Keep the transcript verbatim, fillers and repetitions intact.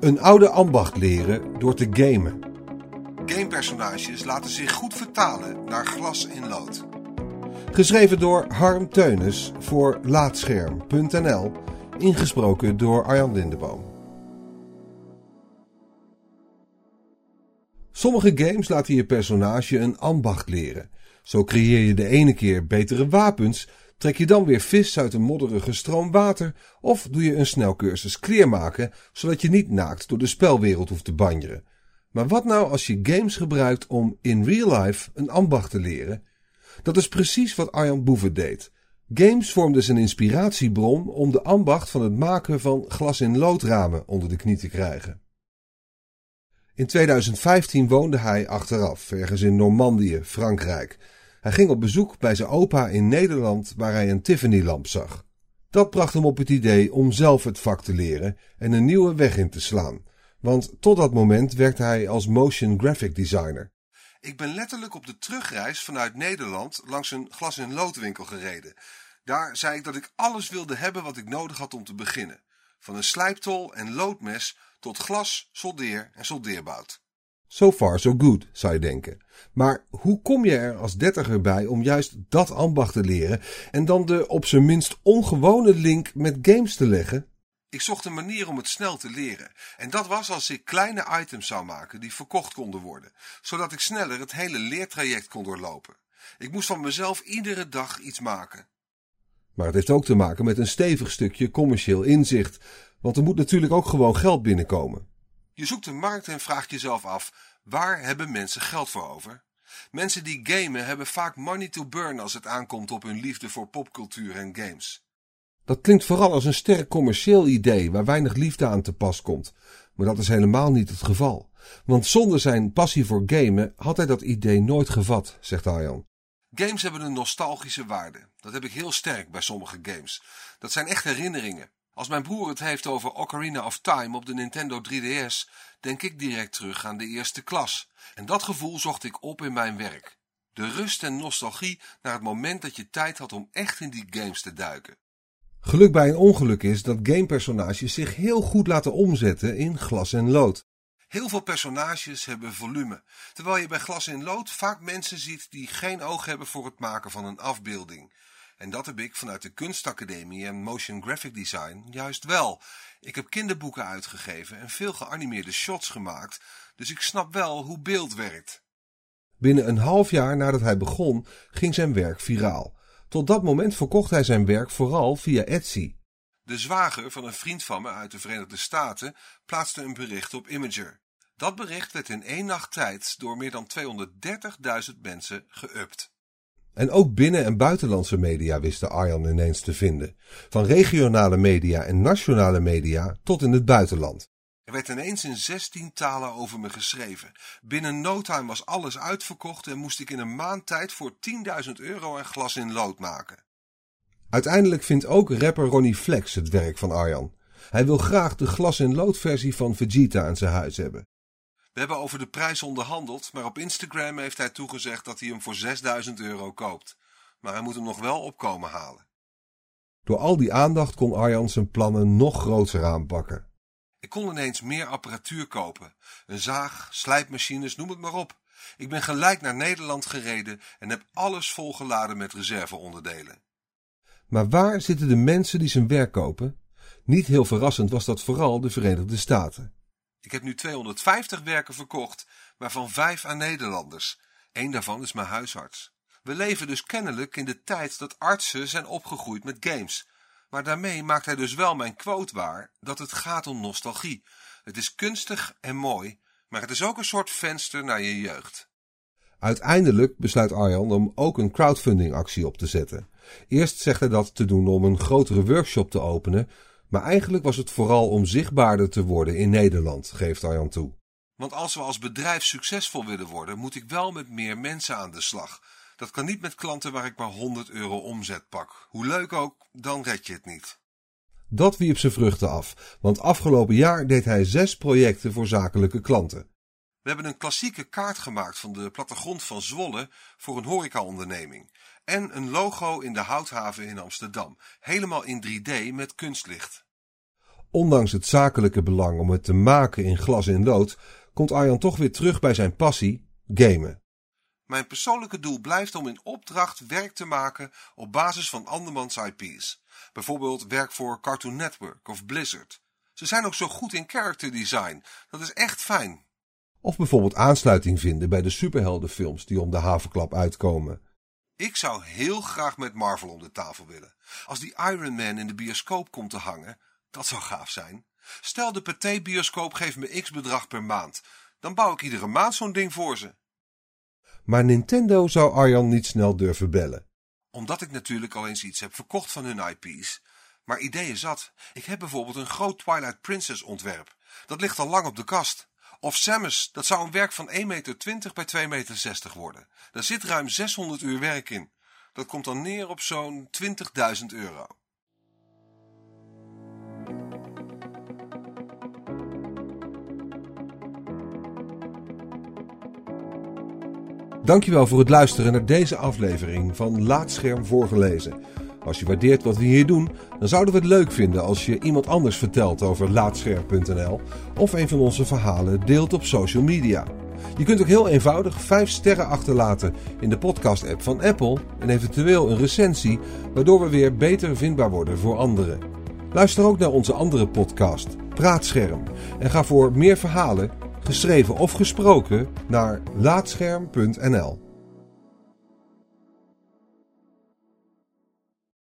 Een oude ambacht leren door te gamen. Gamepersonages laten zich goed vertalen naar glas in lood. Geschreven door Harm Teunis voor Laatscherm punt n l. Ingesproken door Arjan Lindeboom. Sommige games laten je personage een ambacht leren. Zo creëer je de ene keer betere wapens, trek je dan weer vis uit een modderige stroom water of doe je een snelcursus kleermaken, zodat je niet naakt door de spelwereld hoeft te banjeren. Maar wat nou als je games gebruikt om in real life een ambacht te leren? Dat is precies wat Arjan Boeven deed. Games vormden zijn inspiratiebron om de ambacht van het maken van glas-in-loodramen onder de knie te krijgen. In tweeduizend vijftien woonde hij achteraf, ergens in Normandië, Frankrijk. Hij ging op bezoek bij zijn opa in Nederland waar hij een Tiffany-lamp zag. Dat bracht hem op het idee om zelf het vak te leren en een nieuwe weg in te slaan. Want tot dat moment werkte hij als motion graphic designer. Ik ben letterlijk op de terugreis vanuit Nederland langs een glas-in-loodwinkel gereden. Daar zei ik dat ik alles wilde hebben wat ik nodig had om te beginnen. Van een slijptol en loodmes tot glas, soldeer en soldeerbout. So far so good, zou je denken. Maar hoe kom je er als dertiger bij om juist dat ambacht te leren en dan de op zijn minst ongewone link met games te leggen? Ik zocht een manier om het snel te leren. En dat was als ik kleine items zou maken die verkocht konden worden, zodat ik sneller het hele leertraject kon doorlopen. Ik moest van mezelf iedere dag iets maken. Maar het heeft ook te maken met een stevig stukje commercieel inzicht, want er moet natuurlijk ook gewoon geld binnenkomen. Je zoekt een markt en vraagt jezelf af, waar hebben mensen geld voor over? Mensen die gamen hebben vaak money to burn als het aankomt op hun liefde voor popcultuur en games. Dat klinkt vooral als een sterk commercieel idee waar weinig liefde aan te pas komt. Maar dat is helemaal niet het geval. Want zonder zijn passie voor gamen had hij dat idee nooit gevat, zegt Arjan. Games hebben een nostalgische waarde. Dat heb ik heel sterk bij sommige games. Dat zijn echt herinneringen. Als mijn broer het heeft over Ocarina of Time op de Nintendo drie D S, denk ik direct terug aan de eerste klas. En dat gevoel zocht ik op in mijn werk. De rust en nostalgie naar het moment dat je tijd had om echt in die games te duiken. Geluk bij een ongeluk is dat gamepersonages zich heel goed laten omzetten in glas en lood. Heel veel personages hebben volume, terwijl je bij glas en lood vaak mensen ziet die geen oog hebben voor het maken van een afbeelding. En dat heb ik vanuit de kunstacademie en motion graphic design juist wel. Ik heb kinderboeken uitgegeven en veel geanimeerde shots gemaakt, dus ik snap wel hoe beeld werkt. Binnen een half jaar nadat hij begon, ging zijn werk viraal. Tot dat moment verkocht hij zijn werk vooral via Etsy. De zwager van een vriend van me uit de Verenigde Staten plaatste een bericht op Imgur. Dat bericht werd in één nacht tijd door meer dan tweehonderddertigduizend mensen geüpt. En ook binnen- en buitenlandse media wisten Arjan ineens te vinden. Van regionale media en nationale media tot in het buitenland. Er werd ineens in zestien talen over me geschreven. Binnen no time was alles uitverkocht en moest ik in een maand tijd voor tienduizend euro aan glas in lood maken. Uiteindelijk vindt ook rapper Ronnie Flex het werk van Arjan. Hij wil graag de glas in lood versie van Vegeta aan zijn huis hebben. We hebben over de prijs onderhandeld, maar op Instagram heeft hij toegezegd dat hij hem voor zesduizend euro koopt. Maar hij moet hem nog wel opkomen halen. Door al die aandacht kon Arjan zijn plannen nog groter aanpakken. Ik kon ineens meer apparatuur kopen. Een zaag, slijpmachines, noem het maar op. Ik ben gelijk naar Nederland gereden en heb alles volgeladen met reserveonderdelen. Maar waar zitten de mensen die zijn werk kopen? Niet heel verrassend was dat vooral de Verenigde Staten. Ik heb nu tweehonderdvijftig werken verkocht, waarvan vijf aan Nederlanders. Eén daarvan is mijn huisarts. We leven dus kennelijk in de tijd dat artsen zijn opgegroeid met games. Maar daarmee maakt hij dus wel mijn quote waar, dat het gaat om nostalgie. Het is kunstig en mooi, maar het is ook een soort venster naar je jeugd. Uiteindelijk besluit Arjan om ook een crowdfundingactie op te zetten. Eerst zegt hij dat te doen om een grotere workshop te openen, maar eigenlijk was het vooral om zichtbaarder te worden in Nederland, geeft Arjan toe. Want als we als bedrijf succesvol willen worden, moet ik wel met meer mensen aan de slag. Dat kan niet met klanten waar ik maar honderd euro omzet pak. Hoe leuk ook, dan red je het niet. Dat wierp zijn vruchten af, want afgelopen jaar deed hij zes projecten voor zakelijke klanten. We hebben een klassieke kaart gemaakt van de plattegrond van Zwolle voor een horecaonderneming. En een logo in de Houthaven in Amsterdam, helemaal in drie D met kunstlicht. Ondanks het zakelijke belang om het te maken in glas en lood, komt Arjan toch weer terug bij zijn passie, gamen. Mijn persoonlijke doel blijft om in opdracht werk te maken op basis van andermans I P's. Bijvoorbeeld werk voor Cartoon Network of Blizzard. Ze zijn ook zo goed in character design, dat is echt fijn. Of bijvoorbeeld aansluiting vinden bij de superheldenfilms die om de haverklap uitkomen. Ik zou heel graag met Marvel om de tafel willen. Als die Iron Man in de bioscoop komt te hangen, dat zou gaaf zijn. Stel de Pathé bioscoop geeft me x bedrag per maand. Dan bouw ik iedere maand zo'n ding voor ze. Maar Nintendo zou Arjan niet snel durven bellen. Omdat ik natuurlijk al eens iets heb verkocht van hun I P's. Maar ideeën zat. Ik heb bijvoorbeeld een groot Twilight Princess ontwerp. Dat ligt al lang op de kast. Of Samus, dat zou een werk van één meter twintig bij twee meter zestig worden. Daar zit ruim zeshonderd uur werk in. Dat komt dan neer op zo'n twintigduizend euro. Dankjewel voor het luisteren naar deze aflevering van Laatscherm voorgelezen. Als je waardeert wat we hier doen, dan zouden we het leuk vinden als je iemand anders vertelt over laatscherm punt n l of een van onze verhalen deelt op social media. Je kunt ook heel eenvoudig vijf sterren achterlaten in de podcast-app van Apple en eventueel een recensie, waardoor we weer beter vindbaar worden voor anderen. Luister ook naar onze andere podcast, Praatscherm, en ga voor meer verhalen, geschreven of gesproken, naar laatscherm punt n l.